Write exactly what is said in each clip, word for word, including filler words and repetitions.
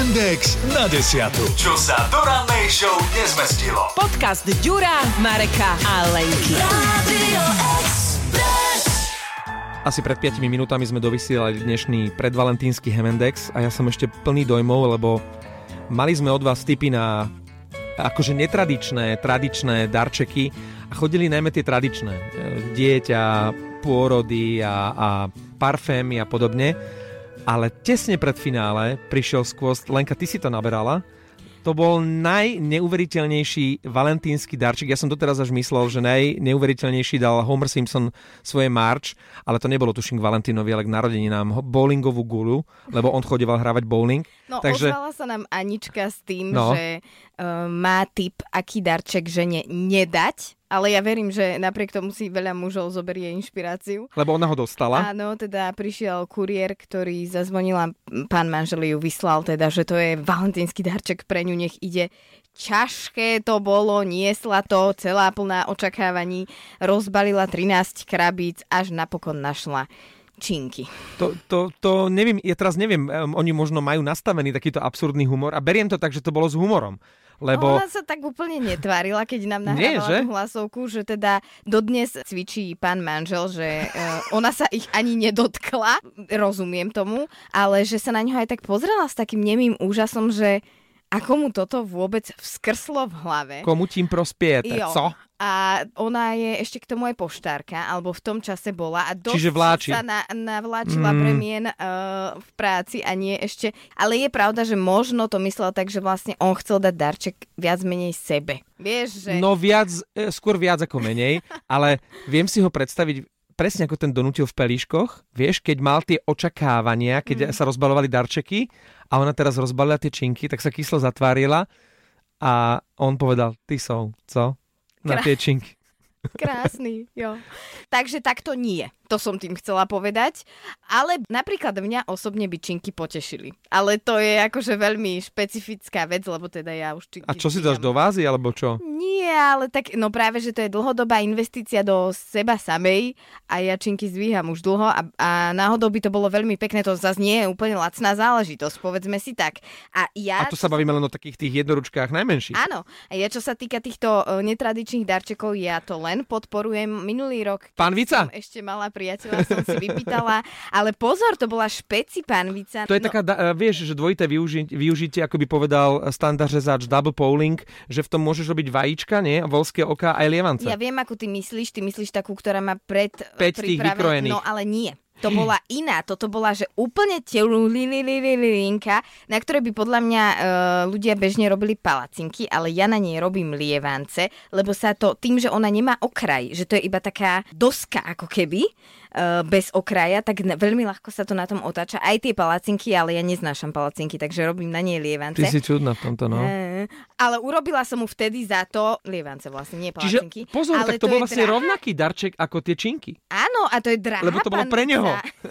Index na desiatu. Čo sa do rannej show nezmestilo. Podcast Ďura, Mareka a Lenky. Asi pred piatimi minútami sme dovysielali dnešný predvalentínsky Hemendex a ja som ešte plný dojmov, lebo mali sme od vás tipy na akože netradičné, tradičné darčeky a chodili najmä tie tradičné. Dieťa, pôrody a, a parfémy a podobne. Ale tesne pred finále prišiel skôst, Lenka, ty si to naberala, to bol najneuveriteľnejší valentínsky darček. Ja som doteraz až myslel, že najneuveriteľnejší dal Homer Simpson svoje Marge, ale to nebolo tuším k Valentínovi, ale k narodeninám, bowlingovú guľu, lebo on chodieval hrávať bowling. No, takže... ozvala sa nám Anička s tým, no. že uh, má tip, aký darček žene nedať, ale ja verím, že napriek tomu si veľa mužov zoberie inšpiráciu. Lebo ona ho dostala. Áno, teda prišiel kuriér, ktorý zazvonila, pán manžel ju vyslal, teda, že to je valentínsky darček pre ňu, nech ide. Ťažké to bolo, niesla to, celá plná očakávaní, rozbalila trinásť krabíc, až napokon našla činky. To, to, to neviem, ja teraz neviem, um, oni možno majú nastavený takýto absurdný humor a beriem to tak, že to bolo s humorom. Lebo... Ona sa tak úplne netvárila, keď nám nahrávala tú hlasovku, že teda dodnes cvičí pán manžel, že uh, ona sa ich ani nedotkla, rozumiem tomu, ale že sa na ňo aj tak pozrela s takým nemým úžasom, že ako mu toto vôbec vskrslo v hlave. Komu tím prospiete, jo. co? A ona je ešte k tomu aj poštárka, alebo v tom čase bola a dosť Čiže vláči. sa na, navláčila mm. premien uh, v práci a nie ešte. Ale je pravda, že možno to myslel tak, že vlastne on chcel dať darček viac menej sebe. Vieš, že... No viac, skôr viac ako menej, ale viem si ho predstaviť presne ako ten donutil v pelíškoch, vieš, keď mal tie očakávania, keď mm. sa rozbalovali darčeky a ona teraz rozbalila tie činky, tak sa kyslo zatvárila a on povedal, ty sú, co? Na tie činky. Krásny, jo. Takže takto nie. To som tým chcela povedať. Ale napríklad mňa osobne by činky potešili. Ale to je akože veľmi špecifická vec, lebo teda ja už činky... A čo si dáš do vázy, alebo čo? Nie, ale tak, no práve, že to je dlhodobá investícia do seba samej a ja činky zvíham už dlho a, a náhodou by to bolo veľmi pekné. To zase nie je úplne lacná záležitosť, povedzme si tak. A, ja, a to sa bavíme len o takých tých jednoručkách najmenších. Áno. A ja, čo sa týka týchto uh, netradičných darčekov, ja to len podporujem. Minulý rok... Pán Vica? Ešte mala priateľa, som si vypýtala. Ale pozor, to bola špeci pán Vica. To je no... taká, da, vieš, že dvojité využi- využitie, ako by povedal standardrezáč double polling, že v tom môžeš robiť vajíčka, nie? Volské oka aj lievance. Ja viem, ako ty myslíš. Ty myslíš takú, ktorá má pred päť tých vykrojených. No ale nie. To bola iná. Toto bola, že úplne telulinka, na ktorej by podľa mňa e, ľudia bežne robili palacinky, ale ja na nej robím lievance, lebo sa to, tým, že ona nemá okraj, že to je iba taká doska ako keby, e, bez okraja, tak na, veľmi ľahko sa to na tom otáča. Aj tie palacinky, ale ja neznášam palacinky, takže robím na nej lievance. Ty si čudná v tomto, no. E, ale urobila som mu vtedy za to lievance vlastne, nie palacinky. Čiže pozor, ale tak to, to bol vlastne drahá. rovnaký darček ako tie činky. Áno, a to je drahá. Lebo to bolo pre neho.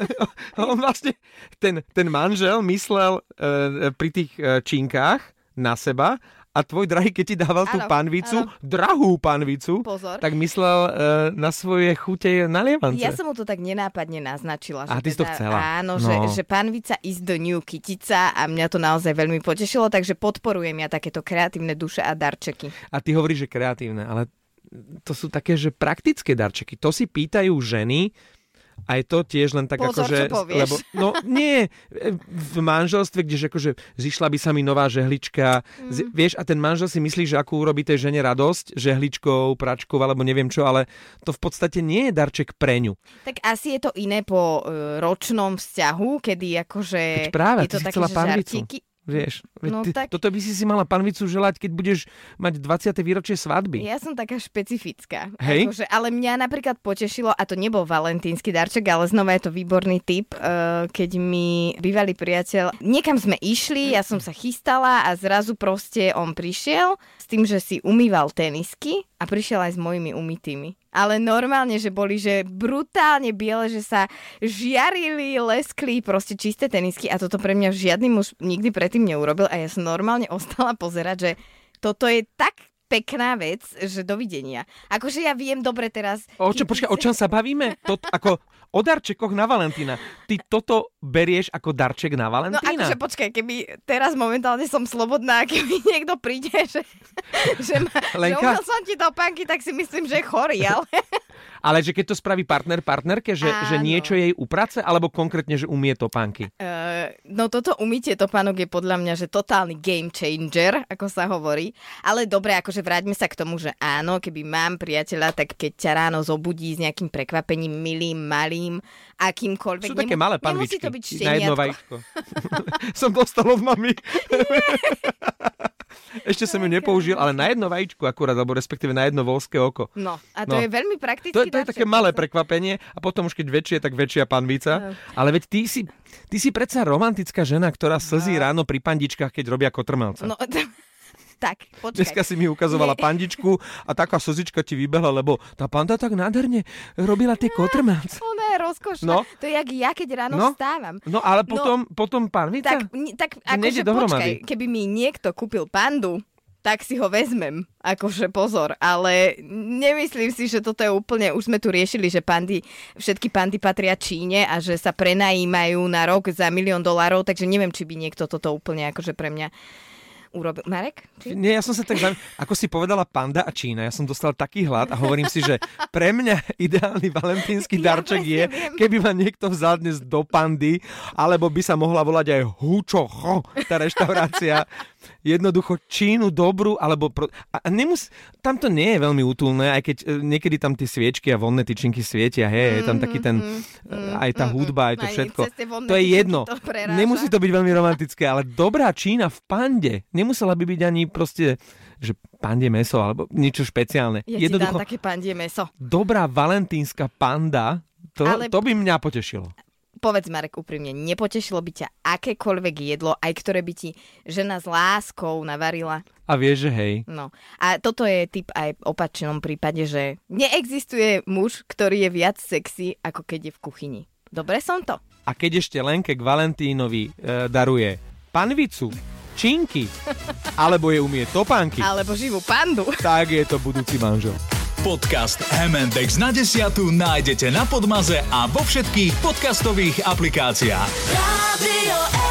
On vlastne, ten, ten manžel myslel e, pri tých e, činkách na seba a tvoj drahý, keď ti dával ano, tú panvicu, ano. drahú panvicu, Pozor. tak myslel e, na svoje chute na lievance. Ja som mu to tak nenápadne naznačila. A ty si to teda, chcela. Áno, no. že, že panvica is the new kytica a mňa to naozaj veľmi potešilo, takže podporujem ja takéto kreatívne duše a darčeky. A ty hovoríš, že kreatívne, ale to sú také, že praktické darčeky. To si pýtajú ženy. Aj to tiež len tak Pozor, akože... čo povieš. Lebo, no nie, v manželstve, kdeže akože zišla by sa mi nová žehlička, mm. z, vieš, a ten manžel si myslí, že akú urobí tej žene radosť, žehličkou, pračkou, alebo neviem čo, ale to v podstate nie je darček pre ňu. Tak asi je to iné po uh, ročnom vzťahu, kedy akože... Veď práve, je to ty si také, chcela že panvicu. žartíky... Vieš, No ty, tak... toto by si si mala panvicu želať, keď budeš mať dvadsiate výročie svadby. Ja som taká špecifická. Hej? Akože, ale mňa napríklad potešilo, a to nebol valentínsky darček, ale znova je to výborný tip, uh, keď mi bývalý priateľ, niekam sme išli, ja som sa chystala a zrazu proste on prišiel s tým, že si umýval tenisky a prišiel aj s mojimi umytými. Ale normálne, že boli, že brutálne biele, že sa žiarili, leskli, proste čisté tenisky a toto pre mňa žiadny muž nikdy predtým neurobil a ja som normálne ostala pozerať, že toto je tak pekná vec, že dovidenia. Akože ja viem dobre teraz... O čom, počkaj, o čom sa bavíme? To, ako, O darčekoch na Valentína. Ty toto berieš ako darček na No Valentína? akože počkaj, keby teraz momentálne som slobodná, keby niekto príde, že, že, ma, že Lenka? umel som ti topánky, tak si myslím, že je chorý, ale... Ale že keď to spraví partner partnerke, že, že niečo jej uprace, alebo konkrétne, že umie topánky? Uh, no toto umytie topánok je podľa mňa, že totálny game changer, ako sa hovorí. Ale dobre, akože vráťme sa k tomu, že áno, keby mám priateľa, tak keď ťa ráno zobudí s nejakým prekvapením, milým, malým, akýmkoľvek. Sú také malé panvičky. Nemusí to byť na jedno šteniatko. vajíčko. Som dostal od mami. Ešte som ju nepoužil, ale na jedno vajíčko akurát, alebo respektíve na jedno voľské oko. No, a to No. je veľmi praktický To, to je darček, také malé to sa- prekvapenie a potom už keď väčšie, tak väčšia panvica. No. Ale veď ty si, ty si predsa romantická žena, ktorá slzí ráno pri pandičkách, keď robia kotrmelca. No, tak, počkaj. Dneska si mi ukazovala Nie. pandičku a taká slzička ti vybehla, lebo tá panda tak nádherne robila tie kotrmelce. Ona je rozkošná. No. To je jak ja, keď ráno No. vstávam. No ale potom, potom panvica? Tak, ni- tak To nejde akože dohromady. počkaj, keby mi niekto kúpil pandu, tak si ho vezmem. Akože pozor, ale nemyslím si, že toto je úplne, už sme tu riešili, že pandy, všetky pandy patria Číne a že sa prenajímajú na rok za milión dolárov, takže neviem, či by niekto toto úplne akože pre mňa urobil. Marek? Či? Nie, ja som sa tak zaujímal, ako si povedala panda a Čína, ja som dostal taký hlad a hovorím si, že pre mňa ideálny valentínsky Ja darček presne je, viem. keby ma niekto vzal dnes do pandy, alebo by sa mohla volať aj Hučo, cho, tá reštaurácia. Jednoducho Čínu dobrú, alebo... Pro... A nemus... Tam to nie je veľmi útulné, aj keď e, niekedy tam tie sviečky a vonné tyčinky svietia, hej, je tam taký ten... mm, aj tá mm, hudba, aj to aj všetko. cez tie vonné To je tyčinky jedno. to preráža. Nemusí to byť veľmi romantické, ale dobrá Čína v pande nemusela by byť ani proste, že pandie mäso, alebo niečo špeciálne. Ja ti dám také pandie mäso. Dobrá valentínska panda, to, Ale- to by mňa potešilo. Povedz, Marek, úprimne, nepotešilo by ťa akékoľvek jedlo, aj ktoré by ti žena s láskou navarila? A vieš, že hej. No. A toto je typ aj v opačnom prípade, že neexistuje muž, ktorý je viac sexy, ako keď je v kuchyni. Dobre som to? A keď ešte Lenke k Valentínovi e, daruje panvicu, činky, alebo je umie topánky, Alebo živú pandu. tak je to budúci manžel. Podcast em end exs na desiatu nájdete na Podmaze a vo všetkých podcastových aplikáciách. Radio